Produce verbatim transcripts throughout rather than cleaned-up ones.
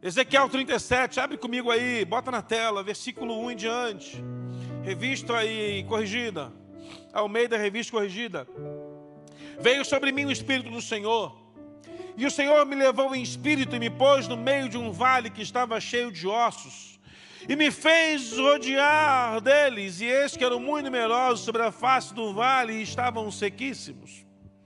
Ezequiel trinta e sete, abre comigo aí, bota na tela, versículo um em diante. Revista aí, corrigida. Almeida, revista corrigida. Veio sobre mim o Espírito do Senhor, e o Senhor me levou em espírito e me pôs no meio de um vale que estava cheio de ossos, e me fez rodear deles, e eis que eram muito numerosos sobre a face do vale, e estavam sequíssimos.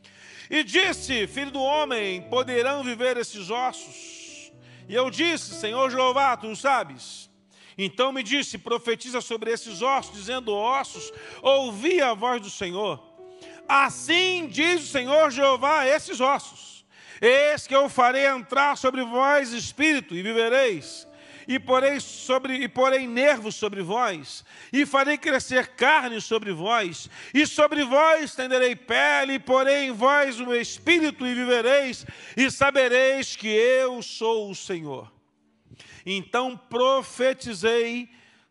E disse, filho do homem, poderão viver esses ossos? E eu disse, Senhor Jeová, tu sabes. Então me disse, profetiza sobre esses ossos, dizendo, ossos, ouvi a voz do Senhor. Assim diz o Senhor Jeová a esses ossos, eis que eu farei entrar sobre vós espírito, e vivereis. E porei, sobre, e porei nervos sobre vós, e farei crescer carne sobre vós, e sobre vós tenderei pele, e porei em vós o meu espírito, e vivereis, e sabereis que eu sou o Senhor. Então profetizei,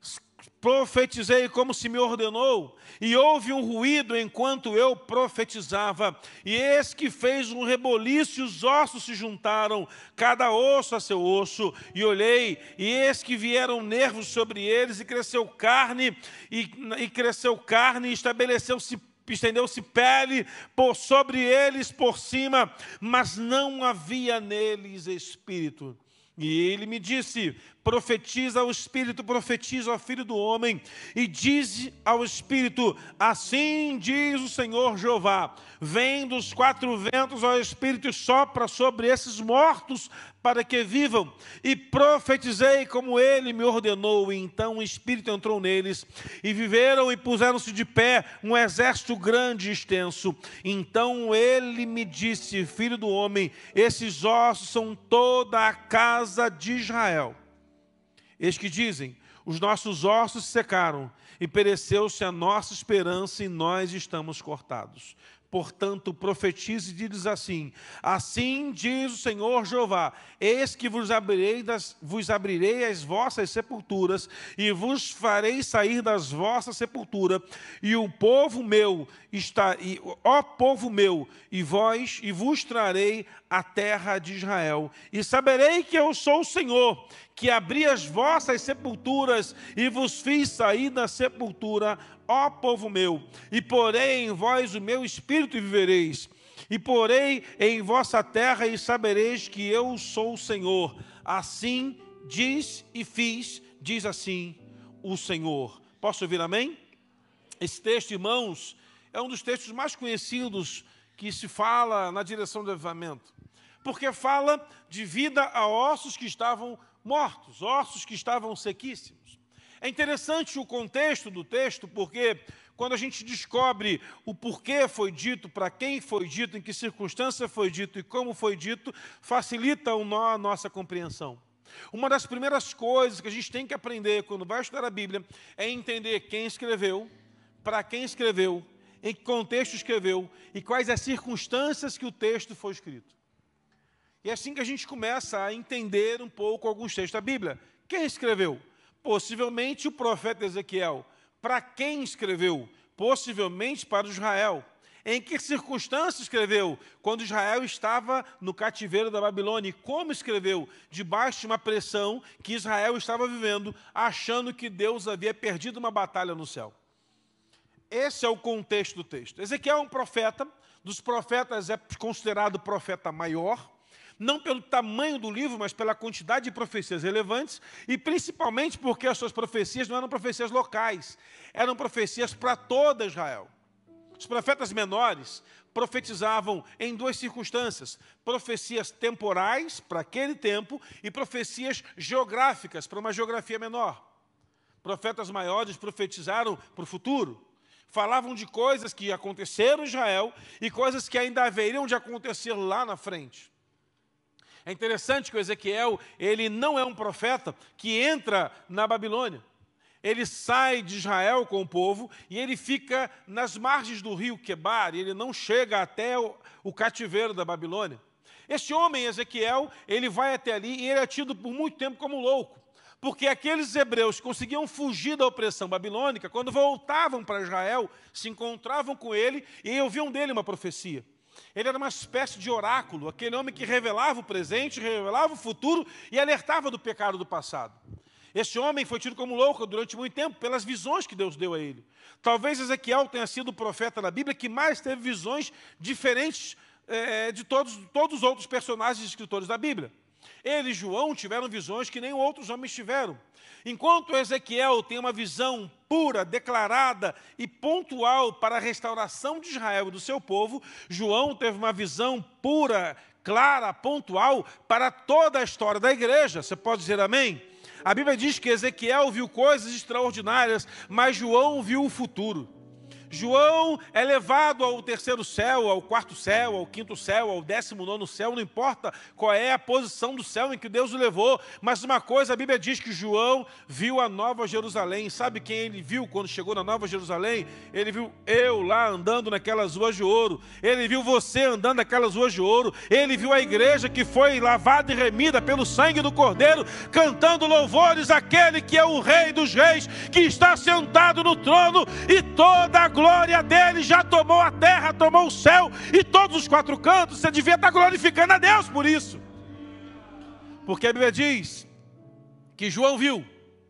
profetizei como se me ordenou, e houve um ruído enquanto eu profetizava, e eis que fez um reboliço, e os ossos se juntaram, cada osso a seu osso, e olhei, e eis que vieram nervos sobre eles, e cresceu carne, e, e cresceu carne, e estabeleceu-se, estendeu-se pele por sobre eles por cima, mas não havia neles espírito. E ele me disse, profetiza ao Espírito, profetiza ao Filho do Homem, e diz ao Espírito, assim diz o Senhor Jeová, vem dos quatro ventos ao Espírito e sopra sobre esses mortos, para que vivam. E profetizei como ele me ordenou, e então o Espírito entrou neles, e viveram e puseram-se de pé um exército grande e extenso. Então ele me disse, filho do homem, esses ossos são toda a casa de Israel. Eis que dizem, os nossos ossos se secaram, e pereceu-se a nossa esperança, e nós estamos cortados. Portanto, profetize e diz assim, assim diz o Senhor Jeová, eis que vos abrirei, das, vos abrirei as vossas sepulturas, e vos farei sair das vossas sepulturas, e o povo meu está, e, ó povo meu, e vós, e vos trarei a terra de Israel, e saberei que eu sou o Senhor, que abri as vossas sepulturas, e vos fiz sair da sepultura, ó povo meu, e porei em vós o meu espírito e vivereis, e porei em vossa terra e sabereis que eu sou o Senhor. Assim diz e fiz, diz assim o Senhor. Posso ouvir amém? Esse texto, irmãos, é um dos textos mais conhecidos que se fala na direção do avivamento, porque fala de vida a ossos que estavam mortos, ossos que estavam sequíssimos. É interessante o contexto do texto, porque quando a gente descobre o porquê foi dito, para quem foi dito, em que circunstância foi dito e como foi dito, facilita o nó, a nossa compreensão. Uma das primeiras coisas que a gente tem que aprender quando vai estudar a Bíblia é entender quem escreveu, para quem escreveu, em que contexto escreveu e quais as circunstâncias que o texto foi escrito. E é assim que a gente começa a entender um pouco alguns textos da Bíblia. Quem escreveu? Possivelmente o profeta Ezequiel. Para quem escreveu? Possivelmente para Israel. Em que circunstâncias escreveu? Quando Israel estava no cativeiro da Babilônia. E como escreveu? Debaixo de uma pressão que Israel estava vivendo, achando que Deus havia perdido uma batalha no céu. Esse é o contexto do texto. Ezequiel é um profeta, dos profetas é considerado o profeta maior, não pelo tamanho do livro, mas pela quantidade de profecias relevantes, e principalmente porque as suas profecias não eram profecias locais, eram profecias para toda Israel. Os profetas menores profetizavam em duas circunstâncias, profecias temporais para aquele tempo e profecias geográficas para uma geografia menor. Profetas maiores profetizaram para o futuro, falavam de coisas que aconteceram em Israel e coisas que ainda haveriam de acontecer lá na frente. É interessante que o Ezequiel, ele não é um profeta que entra na Babilônia. Ele sai de Israel com o povo e ele fica nas margens do rio Quebar, e ele não chega até o, o cativeiro da Babilônia. Esse homem, Ezequiel, ele vai até ali e ele é tido por muito tempo como louco, porque aqueles hebreus conseguiam fugir da opressão babilônica, quando voltavam para Israel, se encontravam com ele e ouviam dele uma profecia. Ele era uma espécie de oráculo, aquele homem que revelava o presente, revelava o futuro e alertava do pecado do passado. Esse homem foi tido como louco durante muito tempo pelas visões que Deus deu a ele. Talvez Ezequiel tenha sido o profeta na Bíblia que mais teve visões diferentes é, de todos, todos os outros personagens e escritores da Bíblia. Ele e João tiveram visões que nem outros homens tiveram. Enquanto Ezequiel tem uma visão pura, declarada e pontual para a restauração de Israel e do seu povo, João teve uma visão pura, clara, pontual para toda a história da igreja. Você pode dizer amém? A Bíblia diz que Ezequiel viu coisas extraordinárias, mas João viu o futuro. João é levado ao terceiro céu, ao quarto céu, ao quinto céu, ao décimo nono céu, não importa qual é a posição do céu em que Deus o levou, mas uma coisa, a Bíblia diz que João viu a Nova Jerusalém. Sabe quem ele viu quando chegou na Nova Jerusalém? Ele viu eu lá andando naquelas ruas de ouro, ele viu você andando naquelas ruas de ouro, ele viu a igreja que foi lavada e remida pelo sangue do Cordeiro, cantando louvores àquele que é o Rei dos Reis, que está sentado no trono, e toda a glória dele já tomou a terra, tomou o céu e todos os quatro cantos. Você devia estar glorificando a Deus por isso, porque a Bíblia diz que João viu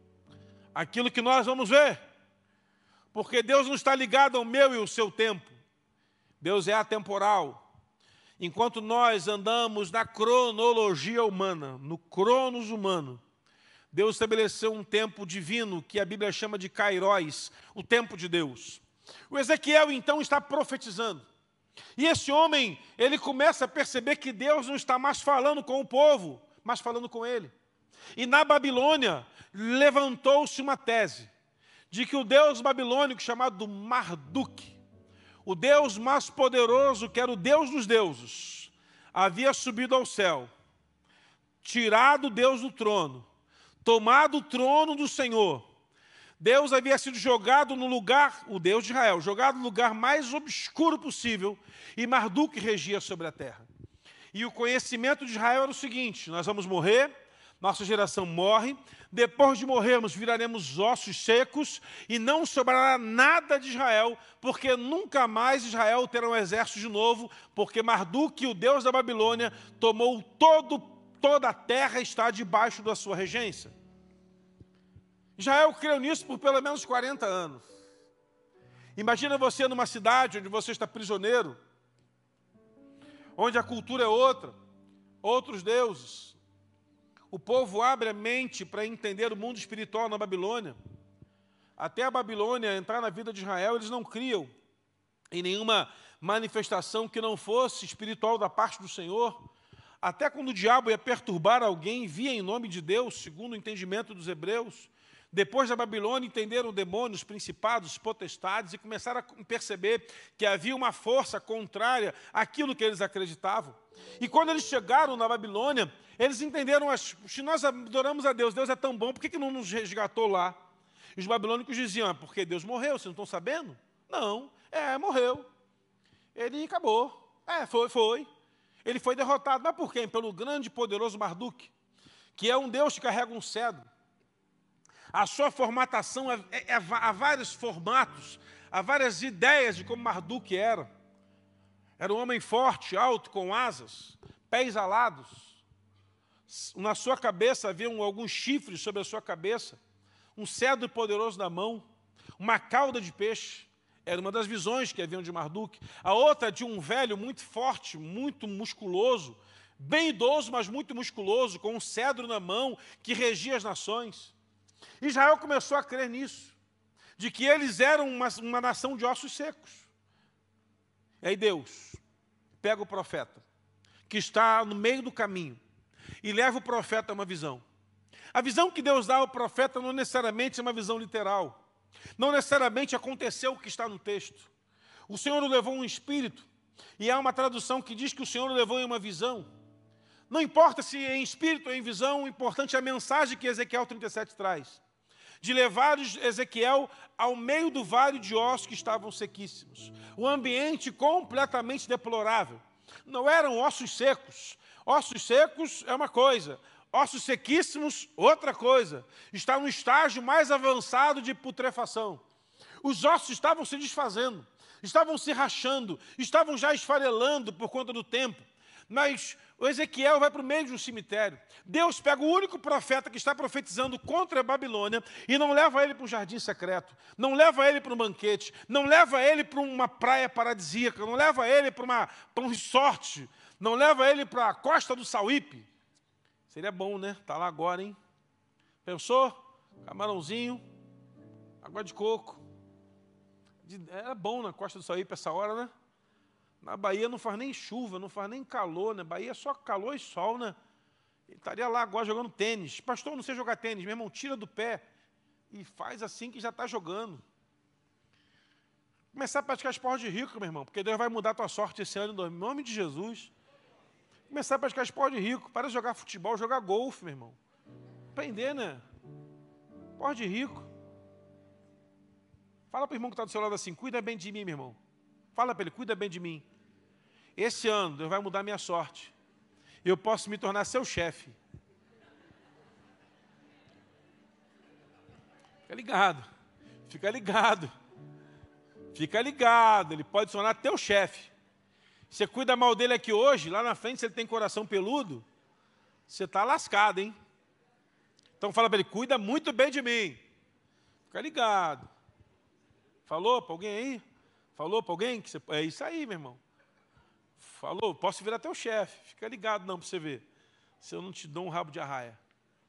aquilo que nós vamos ver, porque Deus não está ligado ao meu e ao seu tempo. Deus é atemporal. Enquanto nós andamos na cronologia humana, no cronos humano, Deus estabeleceu um tempo divino que a Bíblia chama de Kairos, o tempo de Deus. O Ezequiel, então, está profetizando. E esse homem, ele começa a perceber que Deus não está mais falando com o povo, mas falando com ele. E na Babilônia, levantou-se uma tese de que o deus babilônico chamado Marduk, o deus mais poderoso, que era o deus dos deuses, havia subido ao céu, tirado o Deus do trono, tomado o trono do Senhor. Deus havia sido jogado no lugar, o Deus de Israel, jogado no lugar mais obscuro possível, e Marduk regia sobre a terra. E o conhecimento de Israel era o seguinte: nós vamos morrer, nossa geração morre, depois de morrermos viraremos ossos secos, e não sobrará nada de Israel, porque nunca mais Israel terá um exército de novo, porque Marduk, o Deus da Babilônia, tomou todo, toda a terra e está debaixo da sua regência. Israel creu nisso por pelo menos quarenta anos. Imagina você numa cidade onde você está prisioneiro, onde a cultura é outra, outros deuses. O povo abre a mente para entender o mundo espiritual na Babilônia. Até a Babilônia entrar na vida de Israel, eles não criam em nenhuma manifestação que não fosse espiritual da parte do Senhor. Até quando o diabo ia perturbar alguém, via em nome de Deus, segundo o entendimento dos hebreus. Depois da Babilônia, entenderam demônios, principados, potestades, e começaram a perceber que havia uma força contrária àquilo que eles acreditavam. E quando eles chegaram na Babilônia, eles entenderam, se nós adoramos a Deus, Deus é tão bom, por que que não nos resgatou lá? E os babilônicos diziam, ah, porque Deus morreu, vocês não estão sabendo? Não, é, morreu. Ele acabou. É, foi, foi. Ele foi derrotado, mas por quem? Pelo grande e poderoso Marduk, que é um Deus que carrega um cedro. A sua formatação, é, é, é, há vários formatos, há várias ideias de como Marduk era. Era um homem forte, alto, com asas, pés alados. Na sua cabeça havia um, alguns chifres sobre a sua cabeça, um cedro poderoso na mão, uma cauda de peixe. Era uma das visões que haviam de Marduk. A outra de um velho muito forte, muito musculoso, bem idoso, mas muito musculoso, com um cedro na mão, que regia as nações. Israel começou a crer nisso, de que eles eram uma, uma nação de ossos secos. E aí Deus pega o profeta, que está no meio do caminho, e leva o profeta a uma visão. A visão que Deus dá ao profeta não necessariamente é uma visão literal. Não necessariamente aconteceu o que está no texto. O Senhor o levou em um espírito, e há uma tradução que diz que o Senhor o levou em uma visão. Não importa se em espírito ou em visão, o importante é a mensagem que Ezequiel trinta e sete traz. De levar Ezequiel ao meio do vale de ossos que estavam sequíssimos. Um ambiente completamente deplorável. Não eram ossos secos. Ossos secos é uma coisa. Ossos sequíssimos, outra coisa. Está no estágio mais avançado de putrefação. Os ossos estavam se desfazendo. estavam se rachando, estavam já esfarelando por conta do tempo. Mas o Ezequiel vai para o meio de um cemitério. Deus pega o único profeta que está profetizando contra a Babilônia e não leva ele para um jardim secreto, não leva ele para um banquete, não leva ele para uma praia paradisíaca, não leva ele para, uma, para um resort, não leva ele para a costa do Sauípe. Seria bom, né? Está lá agora, hein? Pensou? Camarãozinho, água de coco. Era bom na costa do Sauípe essa hora, né? Na Bahia não faz nem chuva, não faz nem calor, né? Bahia é só calor e sol, né? Ele estaria lá agora jogando tênis. Pastor, não sei jogar tênis. Meu irmão, tira do pé e faz assim que já está jogando. Começar a praticar esporte de rico, meu irmão, porque Deus vai mudar a tua sorte esse ano, em nome de Jesus. Começar a praticar esporte de rico. Para de jogar futebol, jogar golfe, meu irmão. Aprender, né? Esporte de rico. Fala para o irmão que está do seu lado assim, cuida bem de mim, meu irmão. Fala para ele, cuida bem de mim. Esse ano Deus vai mudar a minha sorte. Eu posso me tornar seu chefe. Fica ligado. Fica ligado. Fica ligado. Ele pode se tornar teu chefe. Você cuida mal dele aqui hoje, lá na frente, se ele tem coração peludo, você está lascado, hein? Então fala para ele, cuida muito bem de mim. Fica ligado. Falou para alguém aí? Falou para alguém? Que você... É isso aí, meu irmão. Falou, posso virar teu chefe. Fica ligado não, para você ver. Se eu não te dou um rabo de arraia.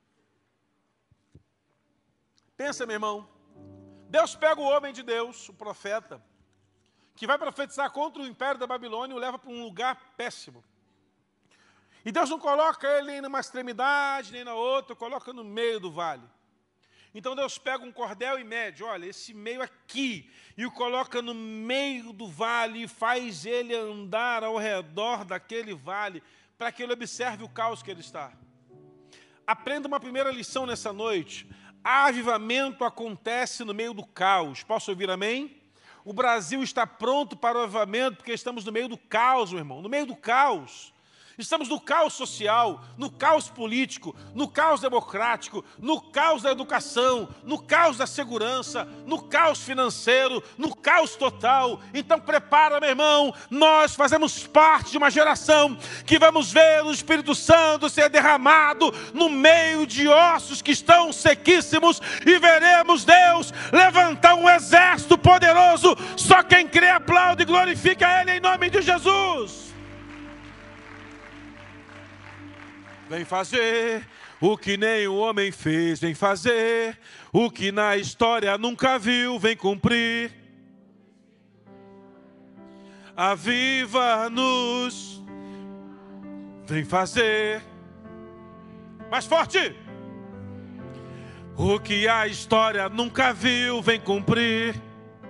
Pensa, meu irmão. Deus pega o homem de Deus, o profeta, que vai profetizar contra o império da Babilônia e o leva para um lugar péssimo. E Deus não coloca ele nem numa extremidade, nem na outra, coloca no meio do vale. Então Deus pega um cordel e mede, olha, esse meio aqui, e o coloca no meio do vale e faz ele andar ao redor daquele vale, para que ele observe o caos que ele está. Aprenda uma primeira lição nessa noite. Avivamento acontece no meio do caos. Posso ouvir amém? O Brasil está pronto para o avivamento porque estamos no meio do caos, meu irmão, no meio do caos. Estamos no caos social, no caos político, no caos democrático, no caos da educação, no caos da segurança, no caos financeiro, no caos total. Então prepara, meu irmão, nós fazemos parte de uma geração que vamos ver o Espírito Santo ser derramado no meio de ossos que estão sequíssimos e veremos Deus levantar um exército poderoso. Só quem crê aplaude e glorifica Ele em nome de Jesus. Vem fazer o que nenhum homem fez, vem fazer o que na história nunca viu, vem cumprir. Aviva-nos, vem fazer, mais forte, o que a história nunca viu, vem cumprir.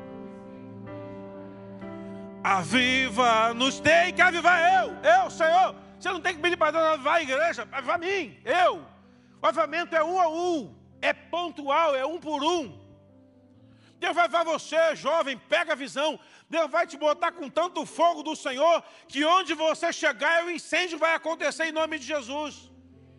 Aviva-nos, tem que avivar eu, eu, Senhor. Você não tem que pedir para Deus avivar a igreja, avivar a mim, eu. O avivamento é um a um, é pontual, é um por um. Deus vai avivar você, jovem, pega a visão. Deus vai te botar com tanto fogo do Senhor, que onde você chegar, o incêndio vai acontecer em nome de Jesus.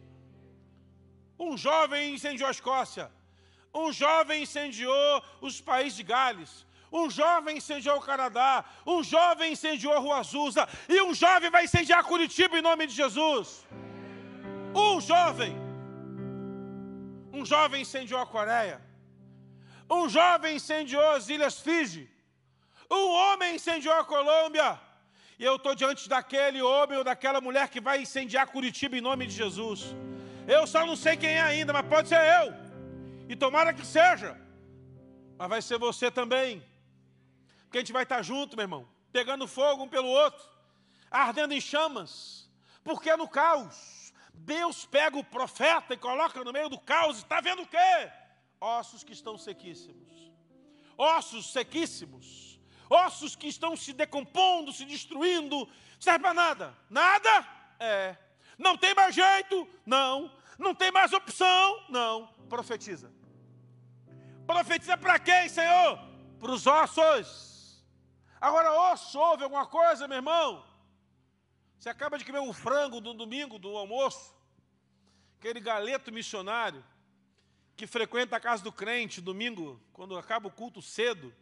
Um jovem incendiou a Escócia, um jovem incendiou os países de Gales, um jovem incendiou o Canadá, um jovem incendiou a Rua Azusa, e um jovem vai incendiar Curitiba em nome de Jesus. Um jovem. Um jovem incendiou a Coreia. Um jovem incendiou as Ilhas Fiji. Um homem incendiou a Colômbia. E eu estou diante daquele homem ou daquela mulher que vai incendiar Curitiba em nome de Jesus. Eu só não sei quem é ainda, mas pode ser eu. E tomara que seja. Mas vai ser você também. Porque a gente vai estar junto, meu irmão, pegando fogo um pelo outro, ardendo em chamas, porque é no caos. Deus pega o profeta e coloca no meio do caos, e está vendo o quê? Ossos que estão sequíssimos, ossos sequíssimos, ossos que estão se decompondo, se destruindo, serve para nada, nada? É. Não tem mais jeito? Não. Não tem mais opção? Não. Profetiza. Profetiza para quem, Senhor? Para os ossos. Agora, osso, ouve alguma coisa, meu irmão? Você acaba de comer um frango no domingo do almoço, aquele galeto missionário que frequenta a casa do crente domingo, quando acaba o culto cedo,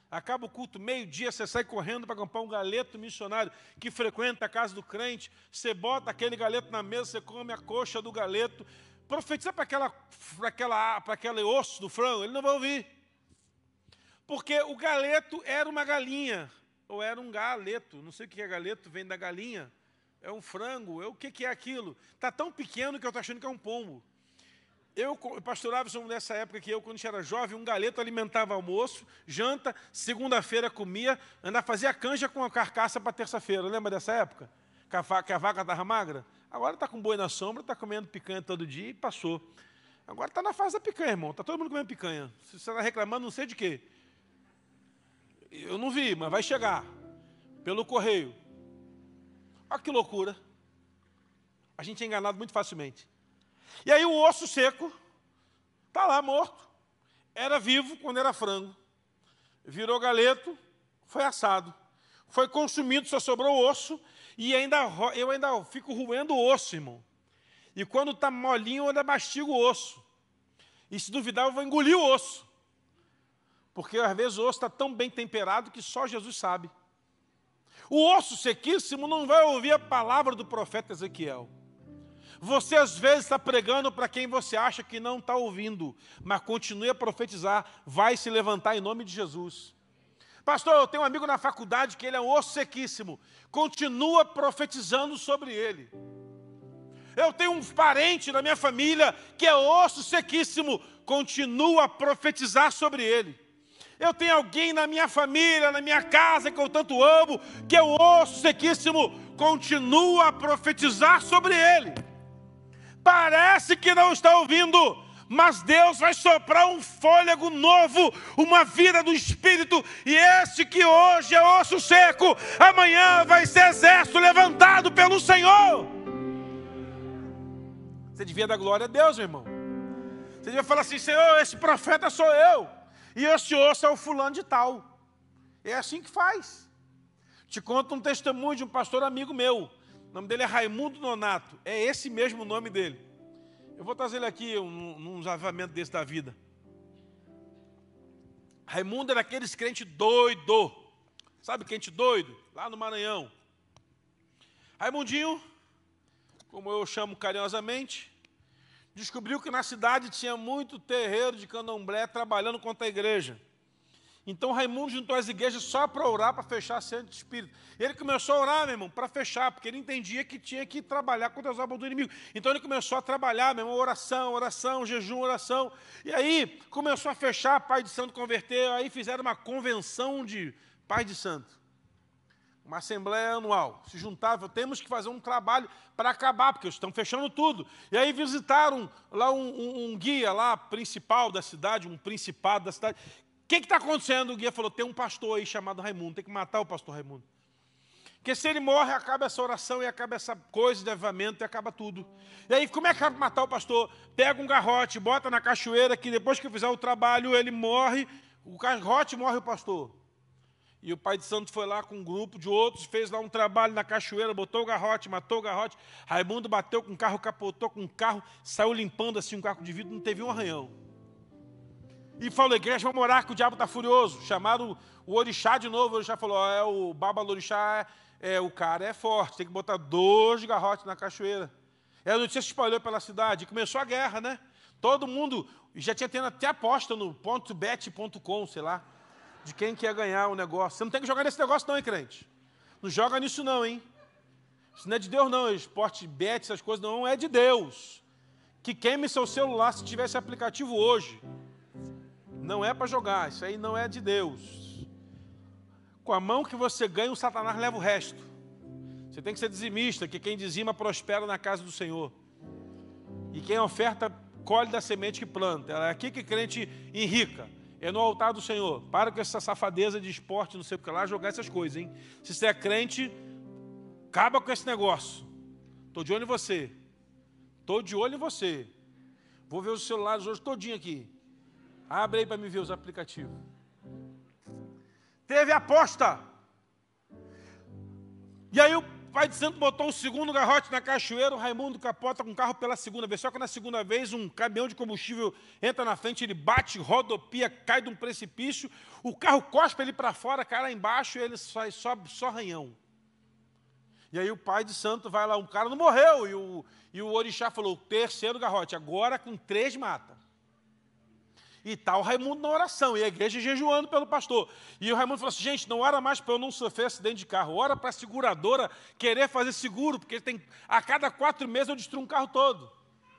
Acaba o culto, meio-dia, você sai correndo para comprar um galeto missionário que frequenta a casa do crente, você bota aquele galeto na mesa, você come a coxa do galeto, profetiza para aquela, para aquela, para aquele osso do frango, ele não vai ouvir. Porque o galeto era uma galinha, ou era um galeto, não sei o que é galeto, vem da galinha, é um frango, é, o que é aquilo? Está tão pequeno que eu estou achando que é um pombo. Eu pastorava nessa época que eu, quando era jovem, um galeto alimentava almoço, janta, segunda-feira comia, ainda fazia canja com a carcaça para terça-feira. Lembra dessa época? Que a vaca estava magra? Agora está com boi na sombra, está comendo picanha todo dia e passou. Agora está na fase da picanha, irmão. Está todo mundo comendo picanha. Se você está reclamando, não sei de quê. Eu não vi, mas vai chegar. Pelo correio. Olha que loucura. A gente é enganado muito facilmente. E aí o osso seco está lá morto. Era vivo quando era frango. Virou galeto, foi assado. Foi consumido, só sobrou o osso. E ainda, eu ainda fico roendo o osso, irmão. E quando está molinho, eu ainda mastigo o osso. E se duvidar, eu vou engolir o osso. Porque às vezes o osso está tão bem temperado que só Jesus sabe. O osso sequíssimo não vai ouvir a palavra do profeta Ezequiel. Você às vezes está pregando para quem você acha que não está ouvindo, mas continue a profetizar, vai se levantar em nome de Jesus. Pastor, eu tenho um amigo na faculdade que ele é um osso sequíssimo, continua profetizando sobre ele. Eu tenho um parente na minha família que é osso sequíssimo, continua a profetizar sobre ele. Eu tenho alguém na minha família, na minha casa, que eu tanto amo, que é um osso sequíssimo, continua a profetizar sobre ele. Parece que não está ouvindo, mas Deus vai soprar um fôlego novo, uma vida do Espírito, e esse que hoje é osso seco, amanhã vai ser exército levantado pelo Senhor. Você devia dar glória a Deus, meu irmão. Você devia falar assim, Senhor, esse profeta sou eu, e esse osso é o fulano de tal. É assim que faz. Te conto um testemunho de um pastor amigo meu. O nome dele é Raimundo Nonato. É esse mesmo o nome dele. Eu vou trazer ele aqui num, num avivamento desse da vida. Raimundo era aqueles crente doido. Sabe crente doido? Lá no Maranhão. Raimundinho, como eu chamo carinhosamente, descobriu que na cidade tinha muito terreiro de candomblé trabalhando contra a igreja. Então Raimundo juntou as igrejas só para orar, para fechar centro de espírito. Ele começou a orar, meu irmão, para fechar, porque ele entendia que tinha que trabalhar contra as obras do inimigo. Então ele começou a trabalhar, meu irmão, oração, oração, jejum, oração. E aí começou a fechar, pai de santo converteu, aí fizeram uma convenção de pai de santo. Uma assembleia anual. Se juntavam, temos que fazer um trabalho para acabar, porque estão fechando tudo. E aí visitaram lá um, um, um guia lá, principal da cidade, um principado da cidade. O que está acontecendo? O guia falou, tem um pastor aí chamado Raimundo, tem que matar o pastor Raimundo. Porque se ele morre, acaba essa oração e acaba essa coisa de avivamento e acaba tudo. E aí, como é que acaba de matar o pastor? Pega um garrote, bota na cachoeira, que depois que fizer o trabalho, ele morre, o garrote morre o pastor. E o pai de santo foi lá com um grupo de outros, fez lá um trabalho na cachoeira, botou o garrote, matou o garrote. Raimundo bateu com o carro, capotou com o carro, saiu limpando assim um caco de vidro, não teve um arranhão. E falou, igreja, vamos orar que o diabo está furioso. Chamaram o orixá de novo, o orixá falou, ó, é o babalorixá, é, o cara é forte, tem que botar dois garrotes na cachoeira. E a notícia se espalhou pela cidade, e começou a guerra, né? Todo mundo, já tinha tendo até aposta no ponto bet ponto com, sei lá, de quem quer ganhar o negócio. Você não tem que jogar nesse negócio não, hein, crente? Não joga nisso não, hein? Isso não é de Deus não, esporte bet, essas coisas não, é de Deus. Que queime seu celular se tivesse aplicativo hoje. Não é para jogar, isso aí não é de Deus. Com a mão que você ganha, o Satanás leva o resto. Você tem que ser dizimista, que quem dizima prospera na casa do Senhor. E quem oferta, colhe da semente que planta. É aqui que crente enrica, é no altar do Senhor. Para com essa safadeza de esporte, não sei o que lá, jogar essas coisas, hein? Se você é crente, acaba com esse negócio. Estou de olho em você. Estou de olho em você. Vou ver os celulares hoje todinho aqui. Abre aí para me ver os aplicativos. Teve aposta. E aí o pai de santo botou o segundo garrote na cachoeira, o Raimundo capota com o carro pela segunda vez. Só que na segunda vez, um caminhão de combustível entra na frente, ele bate, rodopia, cai de um precipício, o carro cospe ele para fora, cai lá embaixo e ele sai, sobe só ranhão. E aí o pai de santo vai lá, um cara não morreu, e o, e o orixá falou, terceiro garrote, agora com três mata. E está o Raimundo na oração, e a igreja jejuando pelo pastor. E o Raimundo falou assim, gente, não ora mais para eu não sofrer acidente de carro, ora para a seguradora querer fazer seguro, porque tem, a cada quatro meses eu destruo um carro todo.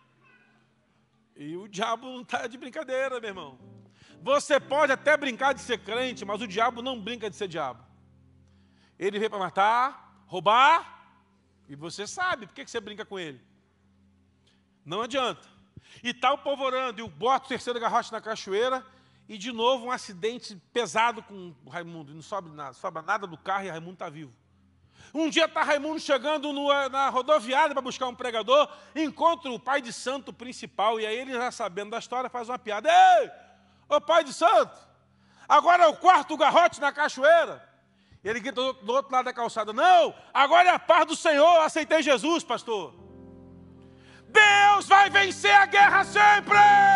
E o diabo não está de brincadeira, meu irmão. Você pode até brincar de ser crente, mas o diabo não brinca de ser diabo. Ele veio para matar, roubar, e você sabe, por que você brinca com ele? Não adianta. E está o povo orando, e bota o terceiro garrote na cachoeira, e de novo um acidente pesado com o Raimundo, e não sobe nada, sobe nada do carro e o Raimundo está vivo. Um dia está Raimundo chegando no, na rodoviária para buscar um pregador, encontra o pai de santo principal, e aí ele já sabendo da história faz uma piada, ei, ô pai de santo, agora é o quarto garrote na cachoeira. E ele grita do, do outro lado da calçada, não, agora é a paz do Senhor, aceitei Jesus, pastor. Deus vai vencer a guerra sempre!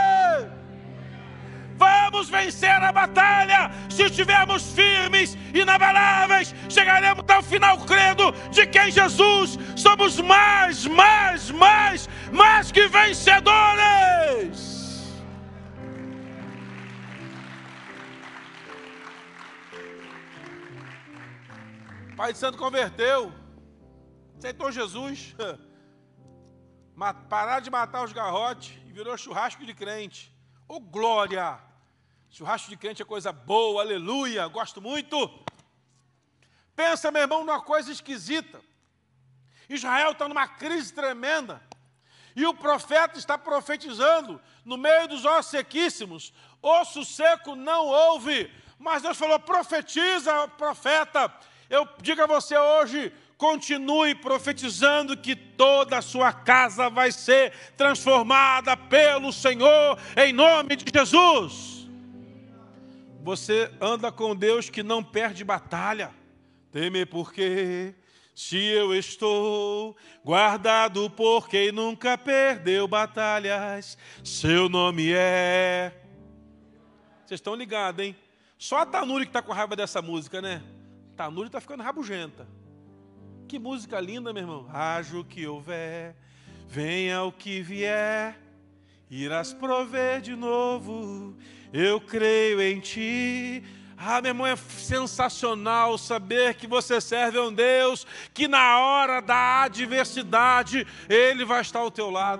Vamos vencer a batalha! Se estivermos firmes e inabaláveis, chegaremos até o final crendo de que em Jesus somos mais, mais, mais, mais que vencedores! O pai de santo converteu, aceitou Jesus. Parar de matar os garrotes e virou churrasco de crente. Ô, glória! Churrasco de crente é coisa boa, aleluia, gosto muito. Pensa, meu irmão, numa coisa esquisita. Israel está numa crise tremenda. E o profeta está profetizando no meio dos ossos sequíssimos. Osso seco não ouve. Mas Deus falou, profetiza, profeta. Eu digo a você hoje, continue profetizando que toda a sua casa vai ser transformada pelo Senhor, em nome de Jesus. Você anda com Deus que não perde batalha. Teme porque, se eu estou guardado por quem nunca perdeu batalhas, seu nome é... Vocês estão ligados, hein? Só a Tanuri que está com raiva dessa música, né? Tanuri está ficando rabugenta. Que música linda, meu irmão. Haja o que houver, venha o que vier, irás prover de novo, eu creio em ti. Ah, meu irmão, é sensacional saber que você serve a um Deus que na hora da adversidade, Ele vai estar ao teu lado.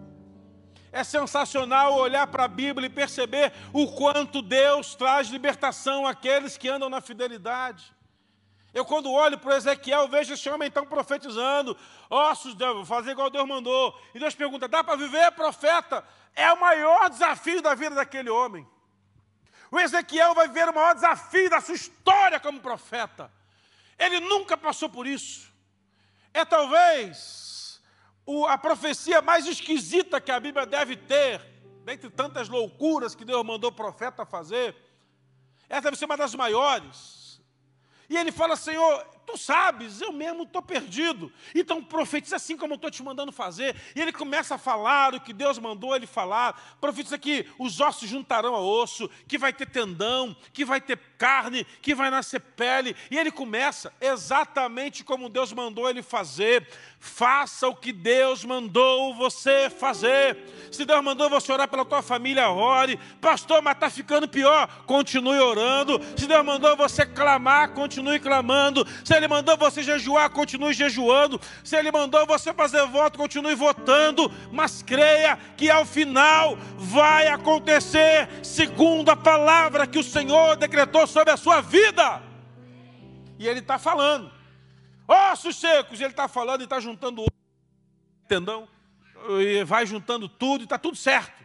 É sensacional olhar para a Bíblia e perceber o quanto Deus traz libertação àqueles que andam na fidelidade. Eu, quando olho para o Ezequiel, vejo esse homem então profetizando, ossos, vou fazer igual Deus mandou. E Deus pergunta, dá para viver, profeta? É o maior desafio da vida daquele homem. O Ezequiel vai viver o maior desafio da sua história como profeta. Ele nunca passou por isso. É talvez o, a profecia mais esquisita que a Bíblia deve ter, dentre tantas loucuras que Deus mandou o profeta fazer. Essa deve ser uma das maiores. E ele fala, Senhor, tu sabes, eu mesmo estou perdido. Então profetiza assim como eu estou te mandando fazer. E ele começa a falar o que Deus mandou ele falar. Profetiza que os ossos juntarão a osso, que vai ter tendão, que vai ter carne, que vai nascer pele. E ele começa exatamente como Deus mandou ele fazer. Faça o que Deus mandou você fazer. Se Deus mandou você orar pela tua família, ore. Pastor, mas está ficando pior. Continue orando. Se Deus mandou você clamar, continue clamando. Se Ele mandou você jejuar, continue jejuando. Se Ele mandou você fazer voto, continue votando. Mas creia que ao final vai acontecer segundo a palavra que o Senhor decretou sobre a sua vida. E Ele está falando. Ossos secos, Ele está falando e está juntando o tendão. E vai juntando tudo e está tudo certo.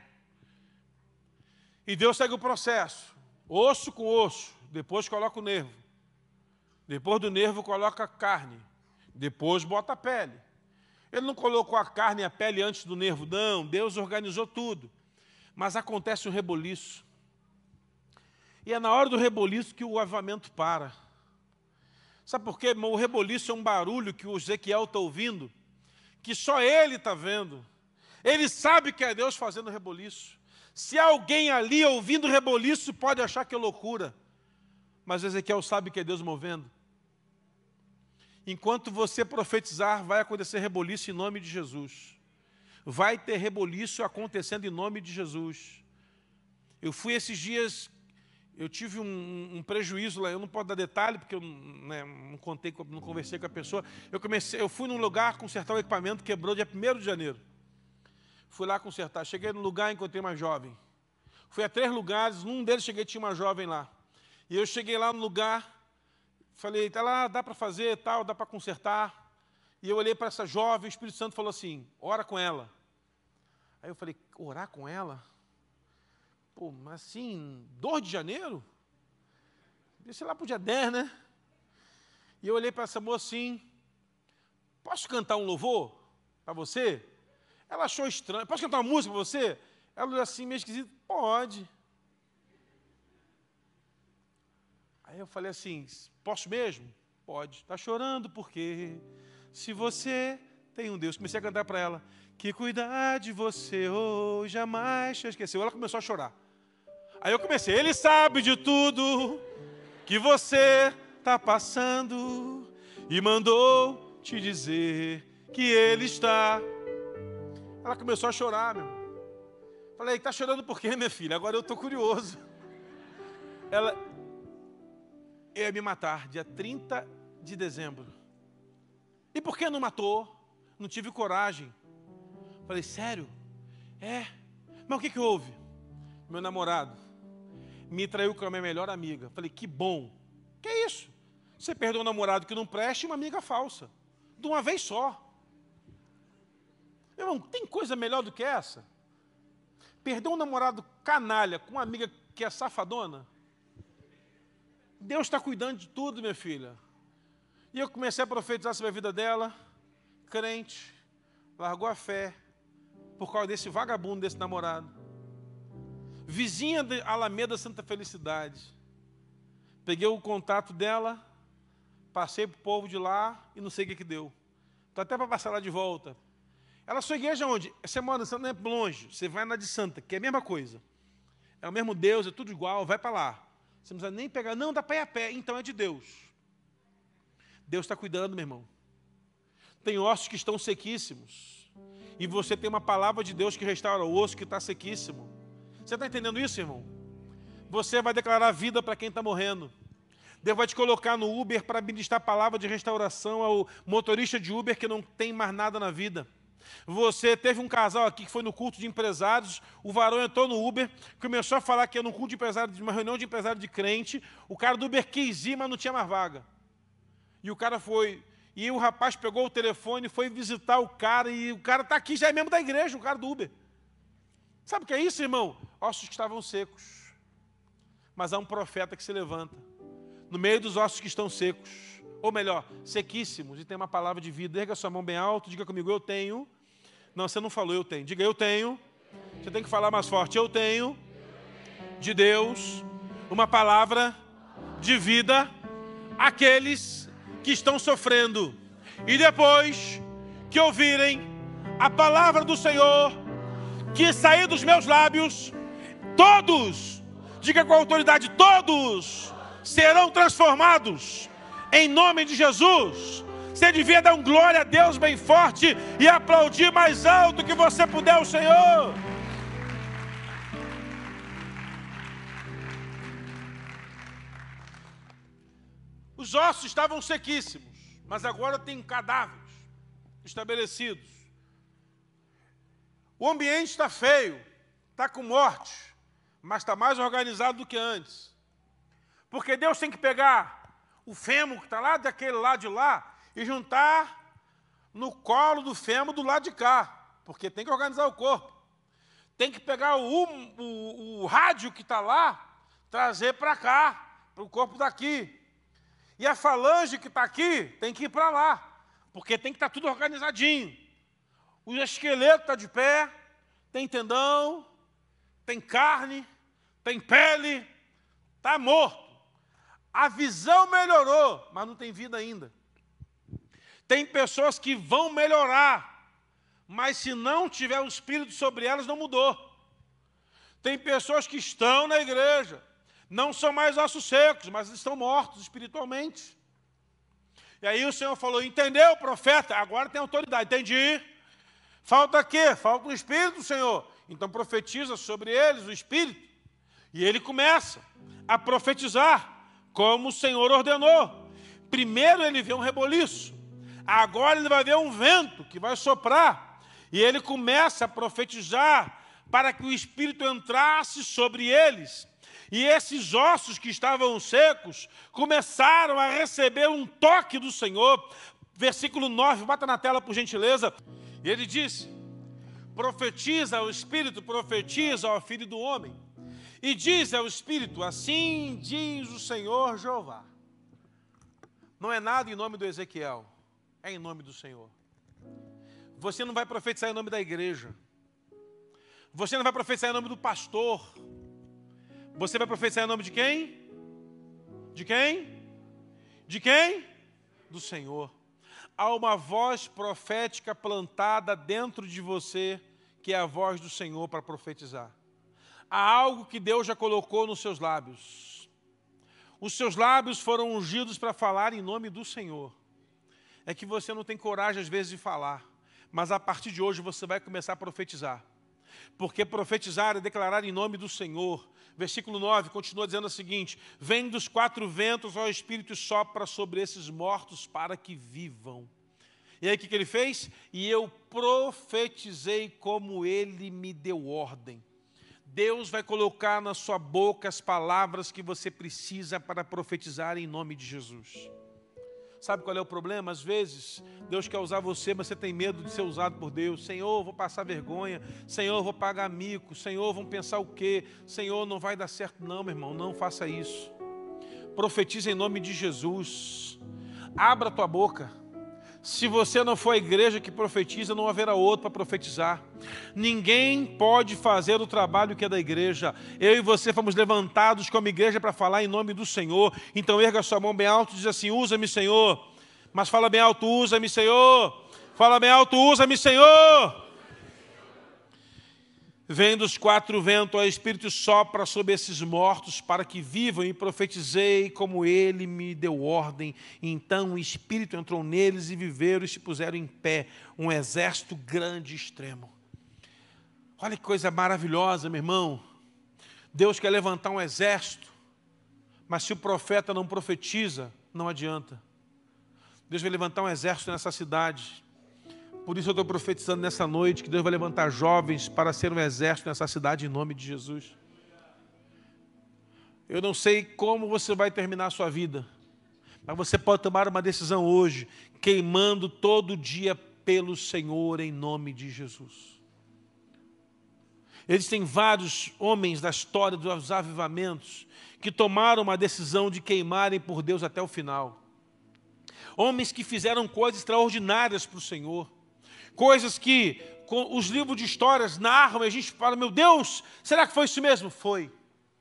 E Deus segue o processo. Osso com osso. Depois coloca o nervo. Depois do nervo coloca a carne. Depois bota a pele. Ele não colocou a carne e a pele antes do nervo, não. Deus organizou tudo. Mas acontece um reboliço. E é na hora do reboliço que o avivamento para. Sabe por quê, irmão? O reboliço é um barulho que o Ezequiel está ouvindo, que só ele está vendo. Ele sabe que é Deus fazendo reboliço. Se alguém ali ouvindo reboliço pode achar que é loucura, mas Ezequiel sabe que é Deus movendo. Enquanto você profetizar, vai acontecer reboliço em nome de Jesus. Vai ter reboliço acontecendo em nome de Jesus. Eu fui esses dias, eu tive um, um prejuízo lá, eu não posso dar detalhe, porque eu né, não contei, não conversei com a pessoa. Eu, comecei, eu fui num lugar consertar o equipamento, quebrou dia primeiro de janeiro. Fui lá consertar, cheguei no lugar e encontrei uma jovem. Fui a três lugares, num deles cheguei tinha uma jovem lá. E eu cheguei lá no lugar, falei, tá lá, dá para fazer tal, dá para consertar. E eu olhei para essa jovem, o Espírito Santo falou assim, ora com ela. Aí eu falei, orar com ela? Pô, mas assim, dois de janeiro? Sei lá para o dia dez, né? E eu olhei para essa moça assim, posso cantar um louvor para você? Ela achou estranho, posso cantar uma música para você? Ela olhou assim, meio esquisito, pode. Aí eu falei assim, posso mesmo? Pode. Está chorando porque se você tem um Deus. Comecei a cantar para ela, que cuidar de você hoje jamais te esqueceu. Ela começou a chorar. Aí eu comecei, ele sabe de tudo que você está passando e mandou te dizer que ele está. Ela começou a chorar, meu irmão. Falei, está chorando por quê, minha filha? Agora eu estou curioso. Ela ia me matar dia trinta de dezembro. E por que não matou? Não tive coragem. Falei, sério? É. Mas o que, que houve? Meu namorado me traiu com a minha melhor amiga. Falei, que bom. Que é isso? Você perdeu um namorado que não presta e uma amiga falsa. De uma vez só. Meu irmão, tem coisa melhor do que essa? Perder um namorado canalha com uma amiga que é safadona? Deus está cuidando de tudo, minha filha. E eu comecei a profetizar sobre a vida dela, crente, largou a fé, por causa desse vagabundo, desse namorado. Vizinha de Alameda Santa Felicidade. Peguei o contato dela, passei para o povo de lá e não sei o que que deu. Estou até para passar lá de volta. Ela sua igreja onde? Você mora em Santa, não é longe, você vai na de Santa, que é a mesma coisa. É o mesmo Deus, é tudo igual, vai para lá. Você não precisa nem pegar, não, dá para ir a pé, então é de Deus. Deus está cuidando, meu irmão. Tem ossos que estão sequíssimos. E você tem uma palavra de Deus que restaura o osso que está sequíssimo. Você está entendendo isso, irmão? Você vai declarar vida para quem está morrendo. Deus vai te colocar no Uber para ministrar a palavra de restauração ao motorista de Uber que não tem mais nada na vida. Você teve um casal aqui que foi no culto de empresários, o varão entrou no Uber, começou a falar que ia no culto de empresários, de uma reunião de empresário de crente, o cara do Uber quis ir, mas não tinha mais vaga. E o cara foi, e o rapaz pegou o telefone, foi visitar o cara, e o cara está aqui, já é membro da igreja, o cara do Uber. Sabe o que é isso, irmão? Ossos que estavam secos. Mas há um profeta que se levanta, no meio dos ossos que estão secos, ou melhor, sequíssimos, e tem uma palavra de vida. Erga sua mão bem alto, diga comigo, eu tenho. Não, você não falou, eu tenho. Diga, eu tenho. Você tem que falar mais forte, eu tenho de Deus uma palavra de vida àqueles que estão sofrendo. E depois que ouvirem a palavra do Senhor, que sair dos meus lábios, todos, diga com autoridade, todos serão transformados. Em nome de Jesus. Você devia dar um glória a Deus bem forte e aplaudir mais alto que você puder ao Senhor. Os ossos estavam sequíssimos, mas agora tem cadáveres estabelecidos. O ambiente está feio, está com morte, mas está mais organizado do que antes. Porque Deus tem que pegar o fêmur que está lá daquele lado de lá e juntar no colo do fêmur do lado de cá, porque tem que organizar o corpo. Tem que pegar o, o, o rádio que está lá, trazer para cá, para o corpo daqui. E a falange que está aqui tem que ir para lá, porque tem que estar tudo organizadinho. O esqueleto está de pé, tem tendão, tem carne, tem pele, está morto. A visão melhorou, mas não tem vida ainda. Tem pessoas que vão melhorar, mas se não tiver o Espírito sobre elas, não mudou. Tem pessoas que estão na igreja, não são mais ossos secos, mas estão mortos espiritualmente. E aí o Senhor falou, entendeu, profeta? Agora tem autoridade. Entendi. Falta o quê? Falta o Espírito do Senhor. Então profetiza sobre eles o Espírito. E ele começa a profetizar, como o Senhor ordenou. Primeiro ele vê um reboliço. Agora ele vai ver um vento que vai soprar. E ele começa a profetizar para que o Espírito entrasse sobre eles. E esses ossos que estavam secos começaram a receber um toque do Senhor. Versículo nove, bota na tela por gentileza. E ele disse, profetiza ao Espírito, profetiza ao Filho do Homem. E diz ao Espírito, assim diz o Senhor Jeová. Não é nada em nome do Ezequiel, é em nome do Senhor. Você não vai profetizar em nome da igreja. Você não vai profetizar em nome do pastor. Você vai profetizar em nome de quem? De quem? De quem? Do Senhor. Há uma voz profética plantada dentro de você, que é a voz do Senhor para profetizar. Há algo que Deus já colocou nos seus lábios. Os seus lábios foram ungidos para falar em nome do Senhor. É que você não tem coragem às vezes de falar, mas a partir de hoje você vai começar a profetizar. Porque profetizar é declarar em nome do Senhor. Versículo nove continua dizendo o seguinte, vem dos quatro ventos ao Espírito e sopra sobre esses mortos para que vivam. E aí o que, que ele fez? E eu profetizei como ele me deu ordem. Deus vai colocar na sua boca as palavras que você precisa para profetizar em nome de Jesus. Sabe qual é o problema? Às vezes, Deus quer usar você, mas você tem medo de ser usado por Deus. Senhor, vou passar vergonha. Senhor, vou pagar mico. Senhor, vão pensar o quê? Senhor, não vai dar certo. Não, meu irmão, não faça isso. Profetiza em nome de Jesus. Abra a tua boca. Se você não for a igreja que profetiza, não haverá outro para profetizar. Ninguém pode fazer o trabalho que é da igreja. Eu e você fomos levantados como igreja para falar em nome do Senhor. Então erga sua mão bem alto e diz assim, usa-me, Senhor. Mas fala bem alto, usa-me, Senhor. Fala bem alto, usa-me, Senhor. Vem dos quatro ventos, o Espírito sopra sobre esses mortos para que vivam, e profetizei como ele me deu ordem. Então o Espírito entrou neles e viveram e se puseram em pé, um exército grande e extremo. Olha que coisa maravilhosa, meu irmão. Deus quer levantar um exército, mas se o profeta não profetiza, não adianta. Deus vai levantar um exército nessa cidade. Por isso eu estou profetizando nessa noite que Deus vai levantar jovens para ser um exército nessa cidade em nome de Jesus. Eu não sei como você vai terminar a sua vida, mas você pode tomar uma decisão hoje, queimando todo dia pelo Senhor em nome de Jesus. Existem vários homens da história dos avivamentos que tomaram uma decisão de queimarem por Deus até o final. Homens que fizeram coisas extraordinárias para o Senhor. Coisas que os livros de histórias narram e a gente fala, meu Deus, será que foi isso mesmo? Foi.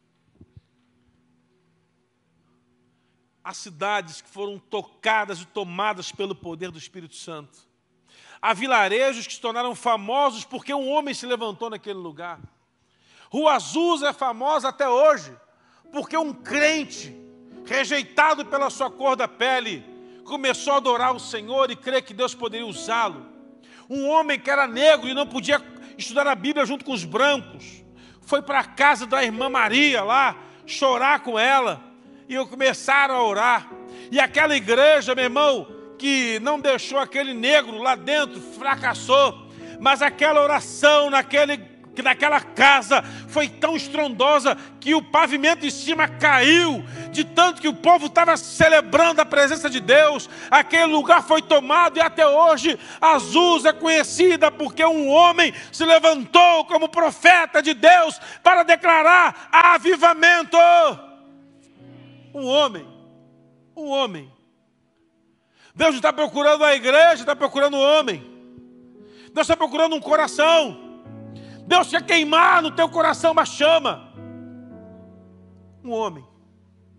Há cidades que foram tocadas e tomadas pelo poder do Espírito Santo. Há vilarejos que se tornaram famosos porque um homem se levantou naquele lugar. Rua Azusa é famosa até hoje porque um crente, rejeitado pela sua cor da pele, começou a adorar o Senhor e crer que Deus poderia usá-lo. Um homem que era negro e não podia estudar a Bíblia junto com os brancos, foi para a casa da irmã Maria lá, chorar com ela, e começaram a orar. E aquela igreja, meu irmão, que não deixou aquele negro lá dentro, fracassou, mas aquela oração naquele que naquela casa foi tão estrondosa que o pavimento em cima caiu, de tanto que o povo estava celebrando a presença de Deus. Aquele lugar foi tomado e até hoje Azusa é conhecida porque um homem se levantou como profeta de Deus para declarar avivamento. Um homem, um homem. Deus está procurando a igreja, está procurando um homem. Deus está procurando um coração. Deus quer queimar no teu coração uma chama. Um homem.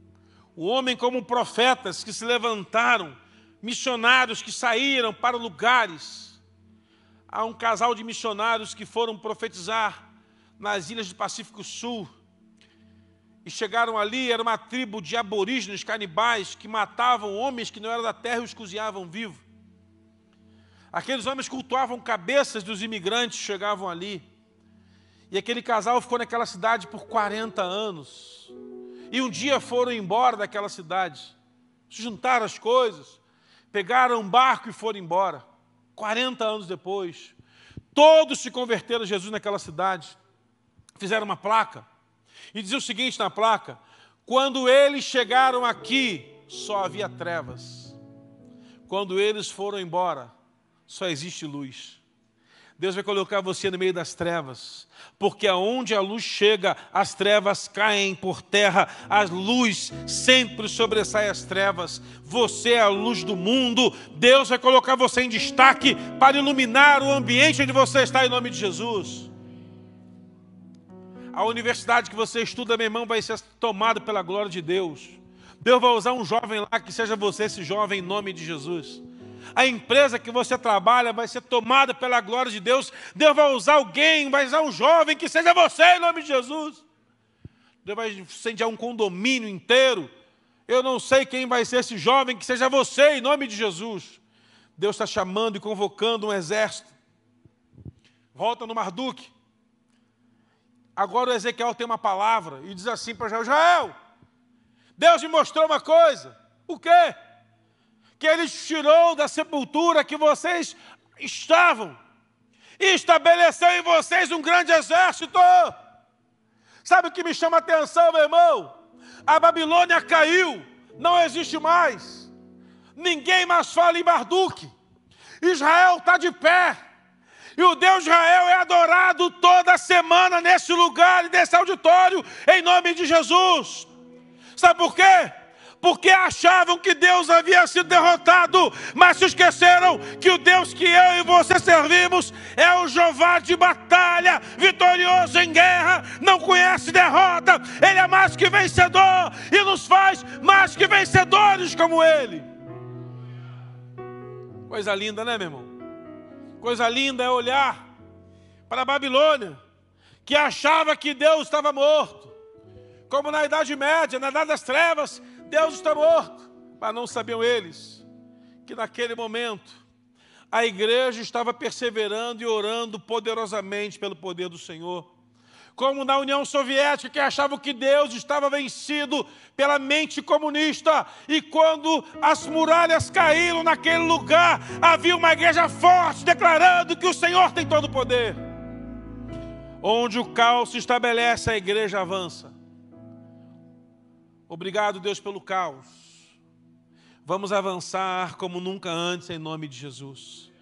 O homem como profetas que se levantaram, missionários que saíram para lugares. Há um casal de missionários que foram profetizar nas ilhas do Pacífico Sul. E chegaram ali, era uma tribo de aborígenes canibais que matavam homens que não eram da terra e os cozinhavam vivos. Aqueles homens cultuavam cabeças dos imigrantes que chegavam ali. E aquele casal ficou naquela cidade por quarenta anos. E um dia foram embora daquela cidade. Juntaram as coisas, pegaram um barco e foram embora. quarenta anos depois, todos se converteram a Jesus naquela cidade. Fizeram uma placa. E dizia o seguinte na placa: quando eles chegaram aqui, só havia trevas. Quando eles foram embora, só existe luz. Deus vai colocar você no meio das trevas, porque aonde a luz chega, as trevas caem por terra, a luz sempre sobressai as trevas. Você é a luz do mundo. Deus vai colocar você em destaque para iluminar o ambiente onde você está, em nome de Jesus. A universidade que você estuda, meu irmão, vai ser tomada pela glória de Deus. Deus vai usar um jovem lá, que seja você esse jovem, em nome de Jesus. A empresa que você trabalha vai ser tomada pela glória de Deus. Deus vai usar alguém, vai usar um jovem, que seja você, em nome de Jesus. Deus vai incendiar um condomínio inteiro. Eu não sei quem vai ser esse jovem, que seja você, em nome de Jesus. Deus está chamando e convocando um exército. Volta no Marduk. Agora o Ezequiel tem uma palavra e diz assim para Israel: Israel, Deus me mostrou uma coisa. O quê? Que Ele tirou da sepultura que vocês estavam e estabeleceu em vocês um grande exército. Sabe o que me chama a atenção, meu irmão? A Babilônia caiu, não existe mais. Ninguém mais fala em Marduk. Israel está de pé. E o Deus de Israel é adorado toda semana nesse lugar e nesse auditório, em nome de Jesus. Sabe por quê? Porque achavam que Deus havia sido derrotado, mas se esqueceram que o Deus que eu e você servimos é o Jeová de batalha, vitorioso em guerra, não conhece derrota. Ele é mais que vencedor e nos faz mais que vencedores como Ele. Coisa linda, né, meu irmão? Coisa linda é olhar para a Babilônia, que achava que Deus estava morto. Como na Idade Média, na Idade das Trevas, Deus está morto. Mas não sabiam eles que naquele momento a igreja estava perseverando e orando poderosamente pelo poder do Senhor. Como na União Soviética, que achavam que Deus estava vencido pela mente comunista. E quando as muralhas caíram naquele lugar, havia uma igreja forte declarando que o Senhor tem todo o poder. Onde o caos se estabelece, a igreja avança. Obrigado, Deus, pelo caos. Vamos avançar como nunca antes, em nome de Jesus.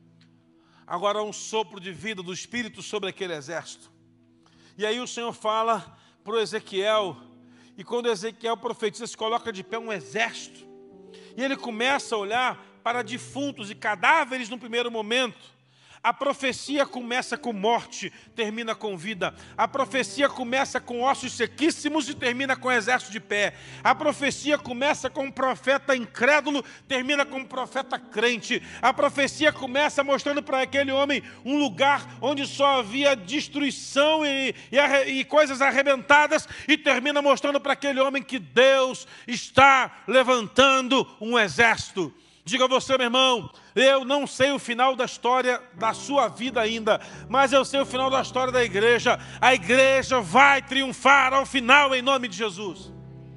Agora um sopro de vida do Espírito sobre aquele exército. E aí o Senhor fala para o Ezequiel, e quando Ezequiel profetiza, se coloca de pé um exército. E ele começa a olhar para defuntos e cadáveres no primeiro momento. A profecia começa com morte, termina com vida. A profecia começa com ossos sequíssimos e termina com exército de pé. A profecia começa com um profeta incrédulo, termina com um profeta crente. A profecia começa mostrando para aquele homem um lugar onde só havia destruição e, e, e coisas arrebentadas, e termina mostrando para aquele homem que Deus está levantando um exército. Diga você, meu irmão, eu não sei o final da história da sua vida ainda, mas eu sei o final da história da igreja. A igreja vai triunfar ao final, em nome de Jesus.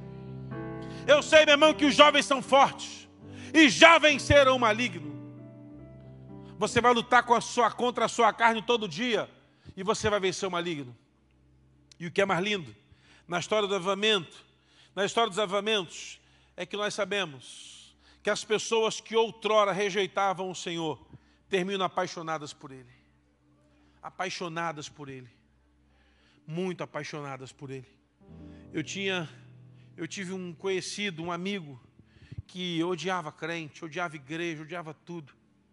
Eu sei, meu irmão, que os jovens são fortes e já venceram o maligno. Você vai lutar com a sua, contra a sua carne todo dia e você vai vencer o maligno. E o que é mais lindo, na história do avivamento, na história dos avivamentos, é que nós sabemos que as pessoas que outrora rejeitavam o Senhor terminam apaixonadas por Ele. Apaixonadas por Ele. Muito apaixonadas por Ele. Eu tinha, eu tive um conhecido, um amigo, que odiava crente, odiava igreja, odiava tudo.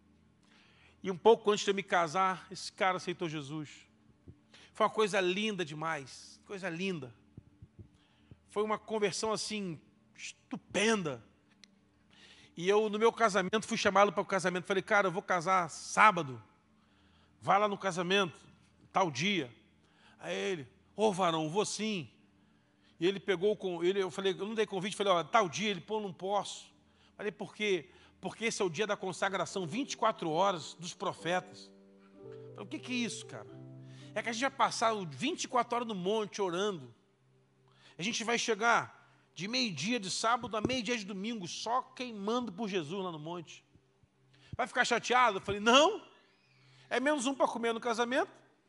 E um pouco antes de eu me casar, esse cara aceitou Jesus. Foi uma coisa linda demais, coisa linda. Foi uma conversão assim, estupenda. E eu, no meu casamento, fui chamado para o casamento. Falei, cara, eu vou casar sábado. Vai lá no casamento, tal dia. Aí ele, ô varão, vou sim. E ele pegou, com ele, eu falei, eu não dei convite, falei, ó, tal dia, ele, pô, não posso. Falei, por quê? Porque esse é o dia da consagração, vinte e quatro horas dos profetas. Falei, o que, que é isso, cara? É que a gente vai passar vinte e quatro horas no monte orando. A gente vai chegar de meio-dia de sábado a meio-dia de domingo, só queimando por Jesus lá no monte. Vai ficar chateado? Eu falei, não. É menos um para comer no casamento.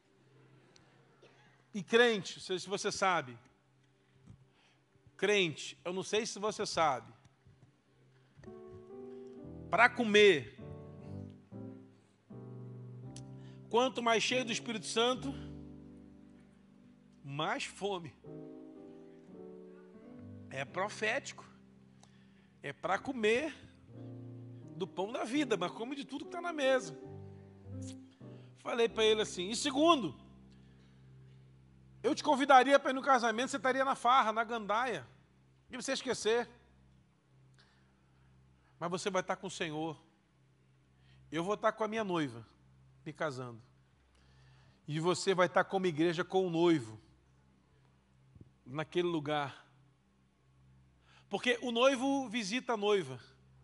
E crente, se você sabe. Crente, eu não sei se você sabe. Para comer, quanto mais cheio do Espírito Santo, mais fome. É profético. É para comer do pão da vida, mas come de tudo que está na mesa. Falei para ele assim, e segundo, eu te convidaria para ir no casamento, você estaria na farra, na gandaia, e você esquecer. Mas você vai estar com o Senhor. Eu vou estar com a minha noiva, me casando. E você vai estar como igreja com o noivo, naquele lugar. Porque o noivo visita a noiva,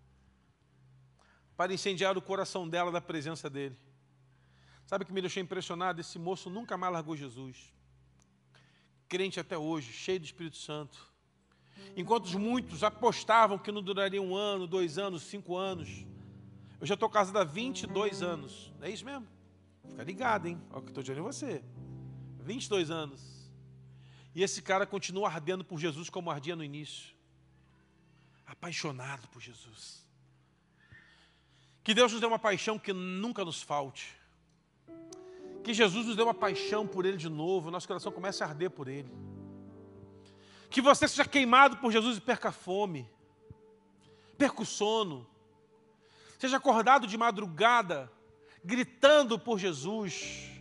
para incendiar o coração dela da presença dele. Sabe o que me deixou impressionado? Esse moço nunca mais largou Jesus. Crente até hoje, cheio do Espírito Santo. Enquanto muitos apostavam que não duraria um ano, dois anos, cinco anos. Eu já estou casado há vinte e dois anos. É isso mesmo? Fica ligado, hein? Olha o que eu estou dizendo em você. vinte e dois anos. E esse cara continua ardendo por Jesus como ardia no início. Apaixonado por Jesus. Que Deus nos dê uma paixão que nunca nos falte. Que Jesus nos dê uma paixão por Ele de novo, nosso coração comece a arder por Ele. Que você seja queimado por Jesus e perca a fome, perca o sono, seja acordado de madrugada, gritando por Jesus.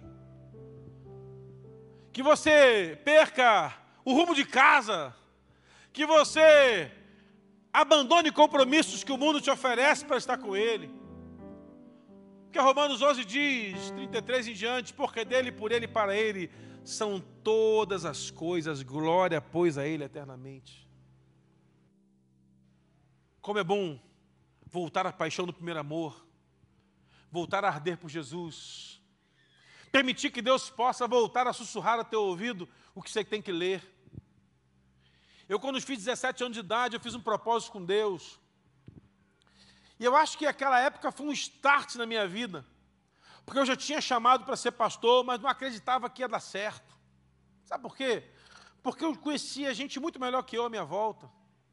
Que você perca o rumo de casa, que você abandone compromissos que o mundo te oferece para estar com Ele. Porque Romanos onze diz, trinta e três em diante, porque dele, por ele e para ele são todas as coisas, glória pois a ele eternamente. Como é bom voltar à paixão do primeiro amor, voltar a arder por Jesus, permitir que Deus possa voltar a sussurrar ao teu ouvido o que você tem que ler. Eu, quando fiz dezessete anos de idade, eu fiz um propósito com Deus. E eu acho que aquela época foi um start na minha vida. Porque eu já tinha chamado para ser pastor, mas não acreditava que ia dar certo. Sabe por quê? Porque eu conhecia gente muito melhor que eu à minha volta.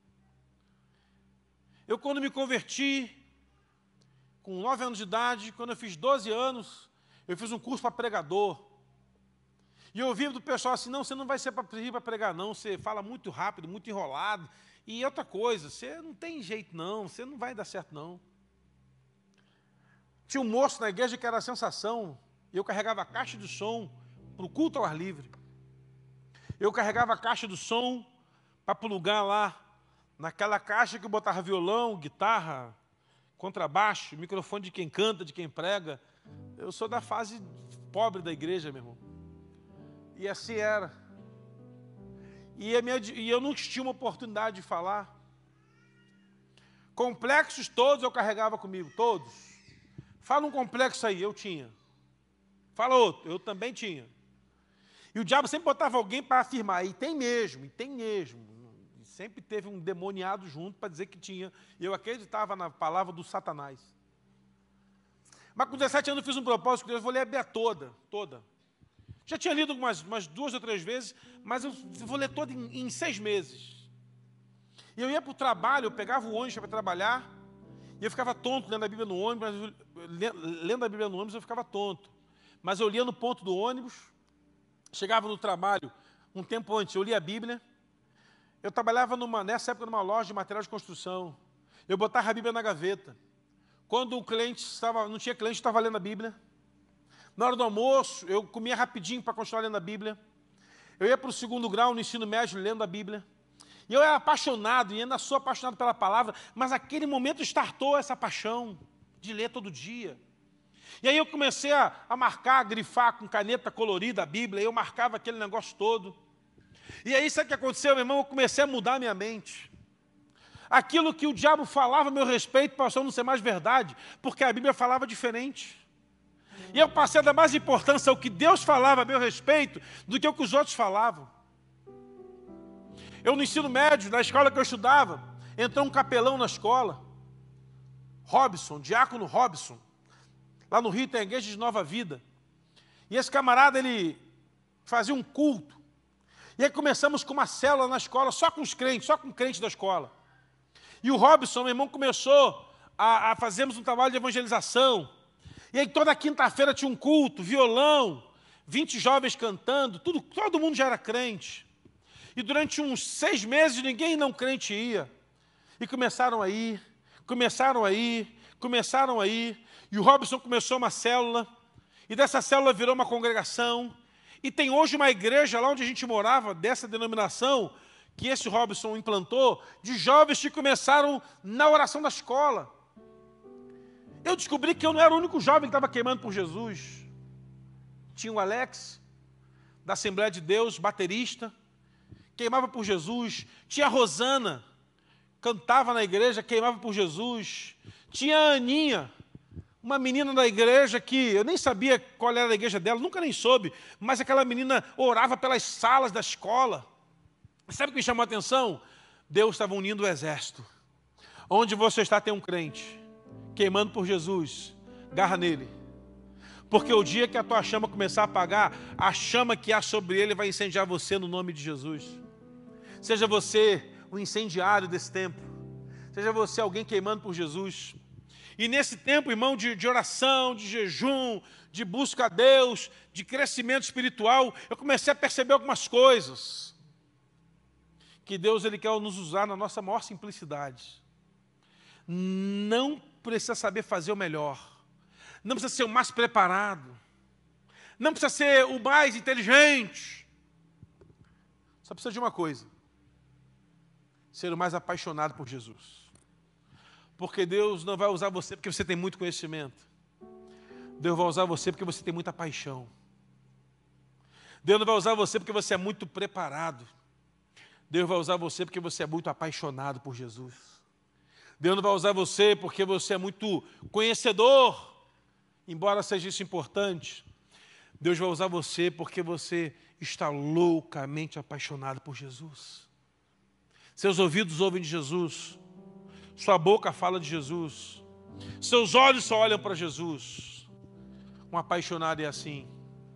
Eu, quando me converti, com nove anos de idade, quando eu fiz doze anos, eu fiz um curso para pregador. E eu ouvi do pessoal assim, não, você não vai ser para pregar não, você fala muito rápido, muito enrolado. E outra coisa, você não tem jeito não, você não vai dar certo não. Tinha um moço na igreja que era a sensação, e eu carregava a caixa de som para o culto ao ar livre. Eu carregava a caixa do som para plugar lá, naquela caixa que eu botava violão, guitarra, contrabaixo, microfone de quem canta, de quem prega. Eu sou da fase pobre da igreja, meu irmão. E assim era. E, a minha, e eu não tinha uma oportunidade de falar. Complexos todos eu carregava comigo, todos. Fala um complexo aí, eu tinha. Fala outro, eu também tinha. E o diabo sempre botava alguém para afirmar, e tem mesmo, e tem mesmo. E sempre teve um demoniado junto para dizer que tinha. E eu acreditava na palavra do Satanás. Mas com dezessete anos eu fiz um propósito com Deus, eu vou ler a Bíblia toda, toda. Já tinha lido umas, umas duas ou três vezes, mas eu vou ler toda em, em seis meses. E eu ia para o trabalho, eu pegava o ônibus para trabalhar, e eu ficava tonto lendo a Bíblia no ônibus, mas lendo a Bíblia no ônibus eu ficava tonto. Mas eu lia no ponto do ônibus, chegava no trabalho um tempo antes, eu lia a Bíblia. Eu trabalhava numa, nessa época numa loja de material de construção. Eu botava a Bíblia na gaveta. Quando o cliente estava, não tinha cliente, eu estava lendo a Bíblia. Na hora do almoço, eu comia rapidinho para continuar lendo a Bíblia. Eu ia para o segundo grau, no ensino médio, lendo a Bíblia. E eu era apaixonado, e ainda sou apaixonado pela palavra, mas aquele momento startou essa paixão de ler todo dia. E aí eu comecei a, a marcar, a grifar com caneta colorida a Bíblia, e eu marcava aquele negócio todo. E aí sabe o que aconteceu, meu irmão? Eu comecei a mudar a minha mente. Aquilo que o diabo falava a meu respeito passou a não ser mais verdade, porque a Bíblia falava diferente. E eu passei a dar mais importância ao que Deus falava a meu respeito do que o que os outros falavam. Eu no ensino médio, na escola que eu estudava, entrou um capelão na escola, Robson, diácono Robson. Lá no Rio tem a igreja de Nova Vida. E esse camarada, ele fazia um culto. E aí começamos com uma célula na escola, só com os crentes, só com crentes da escola. E o Robson, meu irmão, começou a, a fazermos um trabalho de evangelização. E aí toda quinta-feira tinha um culto, violão, vinte jovens cantando, tudo, todo mundo já era crente. E durante uns seis meses ninguém não crente ia. E começaram a ir, começaram a ir, começaram a ir. E o Robson começou uma célula, e dessa célula virou uma congregação. E tem hoje uma igreja lá onde a gente morava, dessa denominação, que esse Robson implantou, de jovens que começaram na oração da escola. Eu descobri que eu não era o único jovem que estava queimando por Jesus. Tinha o Alex, da Assembleia de Deus, baterista, queimava por Jesus. Tinha a Rosana, cantava na igreja, queimava por Jesus. Tinha a Aninha, uma menina da igreja que eu nem sabia qual era a igreja dela, nunca nem soube, mas aquela menina orava pelas salas da escola. Sabe o que me chamou a atenção? Deus estava unindo o exército. Onde você está tem um crente, queimando por Jesus, garra nele. Porque o dia que a tua chama começar a apagar, a chama que há sobre ele vai incendiar você no nome de Jesus. Seja você o incendiário desse tempo. Seja você alguém queimando por Jesus. E nesse tempo, irmão, de, de oração, de jejum, de busca a Deus, de crescimento espiritual, eu comecei a perceber algumas coisas. Que Deus ele quer nos usar na nossa maior simplicidade. Não precisa saber fazer o melhor. Não precisa ser o mais preparado. Não precisa ser o mais inteligente. Só precisa de uma coisa. Ser o mais apaixonado por Jesus. Porque Deus não vai usar você porque você tem muito conhecimento. Deus vai usar você porque você tem muita paixão. Deus não vai usar você porque você é muito preparado. Deus vai usar você porque você é muito apaixonado por Jesus. Deus não vai usar você porque você é muito conhecedor, embora seja isso importante. Deus vai usar você porque você está loucamente apaixonado por Jesus. Seus ouvidos ouvem de Jesus. Sua boca fala de Jesus. Seus olhos só olham para Jesus. Um apaixonado é assim.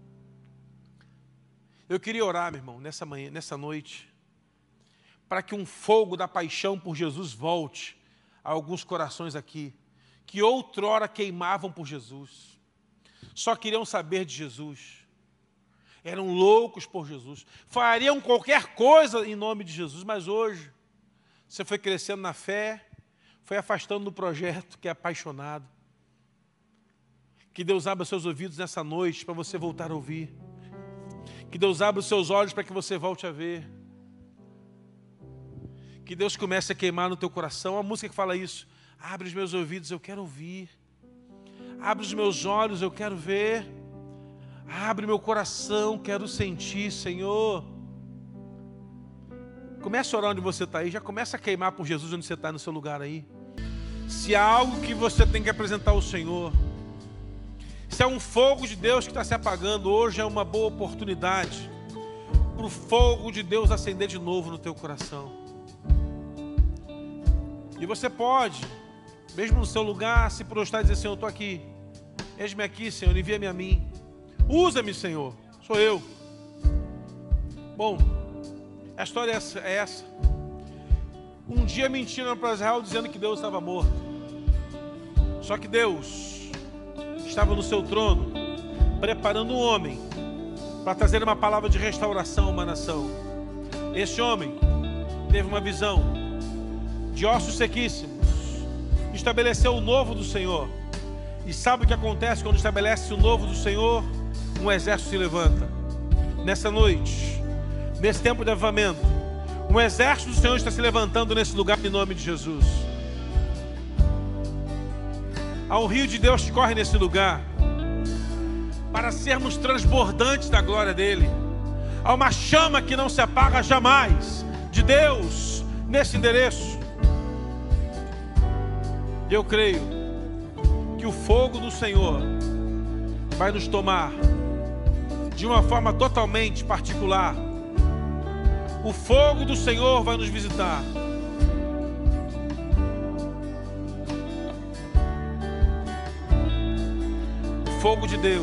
Eu queria orar, meu irmão, nessa manhã, nessa noite, para que um fogo da paixão por Jesus volte a alguns corações aqui, que outrora queimavam por Jesus, só queriam saber de Jesus, eram loucos por Jesus, fariam qualquer coisa em nome de Jesus, mas hoje você foi crescendo na fé, foi afastando do projeto, que é apaixonado. Que Deus abra seus ouvidos nessa noite para você voltar a ouvir. Que Deus abra os seus olhos para que você volte a ver. Que Deus comece a queimar no teu coração. A música que fala isso. Abre os meus ouvidos, eu quero ouvir. Abre os meus olhos, eu quero ver. Abre meu coração, quero sentir, Senhor. Comece a orar onde você está aí. Já começa a queimar por Jesus onde você está, no seu lugar aí. Se há algo que você tem que apresentar ao Senhor, se é um fogo de Deus que está se apagando, hoje é uma boa oportunidade para o fogo de Deus acender de novo no teu coração. E você pode, mesmo no seu lugar, se prostrar e dizer: Senhor, eu estou aqui. Eis-me aqui, Senhor, envia-me a mim. Usa-me, Senhor, sou eu. Bom, a história é essa. Um dia mentiram para Israel dizendo que Deus estava morto. Só que Deus estava no seu trono, preparando um homem para trazer uma palavra de restauração a uma nação. Esse homem teve uma visão de ossos sequíssimos, estabeleceu o novo do Senhor. E sabe o que acontece quando estabelece o novo do Senhor? Um exército se levanta. Nessa noite, nesse tempo de avivamento, Um exército do Senhor está se levantando nesse lugar em nome de Jesus. Há um rio de Deus que corre nesse lugar para sermos transbordantes da glória dele. Há uma chama que não se apaga jamais de Deus nesse endereço. Eu creio que o fogo do Senhor vai nos tomar de uma forma totalmente particular. O fogo do Senhor vai nos visitar. O fogo de Deus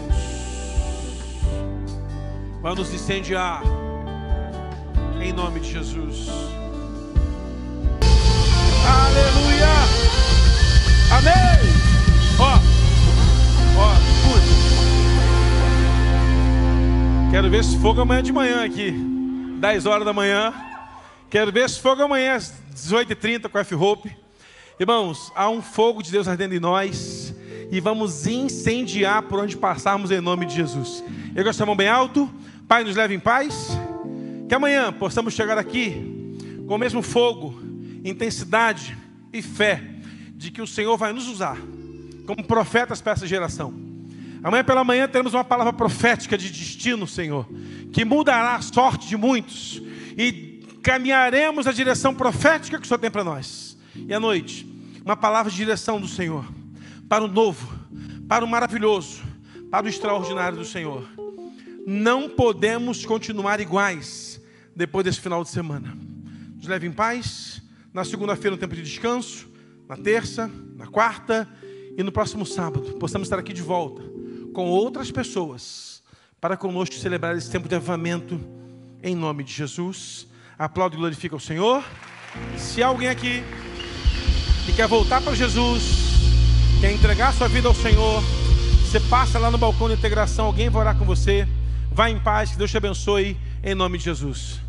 vai nos incendiar em nome de Jesus. Aleluia! Amém! Ó, ó, escute. Quero ver esse fogo amanhã de manhã aqui, dez horas da manhã. Quero ver esse fogo amanhã às dezoito e trinta com a F-Hope. Irmãos, há um fogo de Deus ardendo em nós e vamos incendiar por onde passarmos em nome de Jesus. Eu gosto de mão bem alto. Pai, nos leve em paz. Que amanhã possamos chegar aqui com o mesmo fogo, intensidade e fé de que o Senhor vai nos usar como profetas para essa geração. Amanhã pela manhã teremos uma palavra profética de destino, Senhor, que mudará a sorte de muitos e caminharemos na direção profética que o Senhor tem para nós. E à noite, uma palavra de direção do Senhor para o novo, para o maravilhoso, para o extraordinário do Senhor. Não podemos continuar iguais depois desse final de semana. Nos leve em paz. Na segunda-feira, no tempo de descanso. Na terça, na quarta e no próximo sábado. Possamos estar aqui de volta com outras pessoas para conosco celebrar esse tempo de avivamento em nome de Jesus. Aplaude e glorifica o Senhor. Se há alguém aqui que quer voltar para Jesus, quer entregar sua vida ao Senhor, você passa lá no balcão de integração, alguém vai orar com você. Vá em paz, que Deus te abençoe, em nome de Jesus.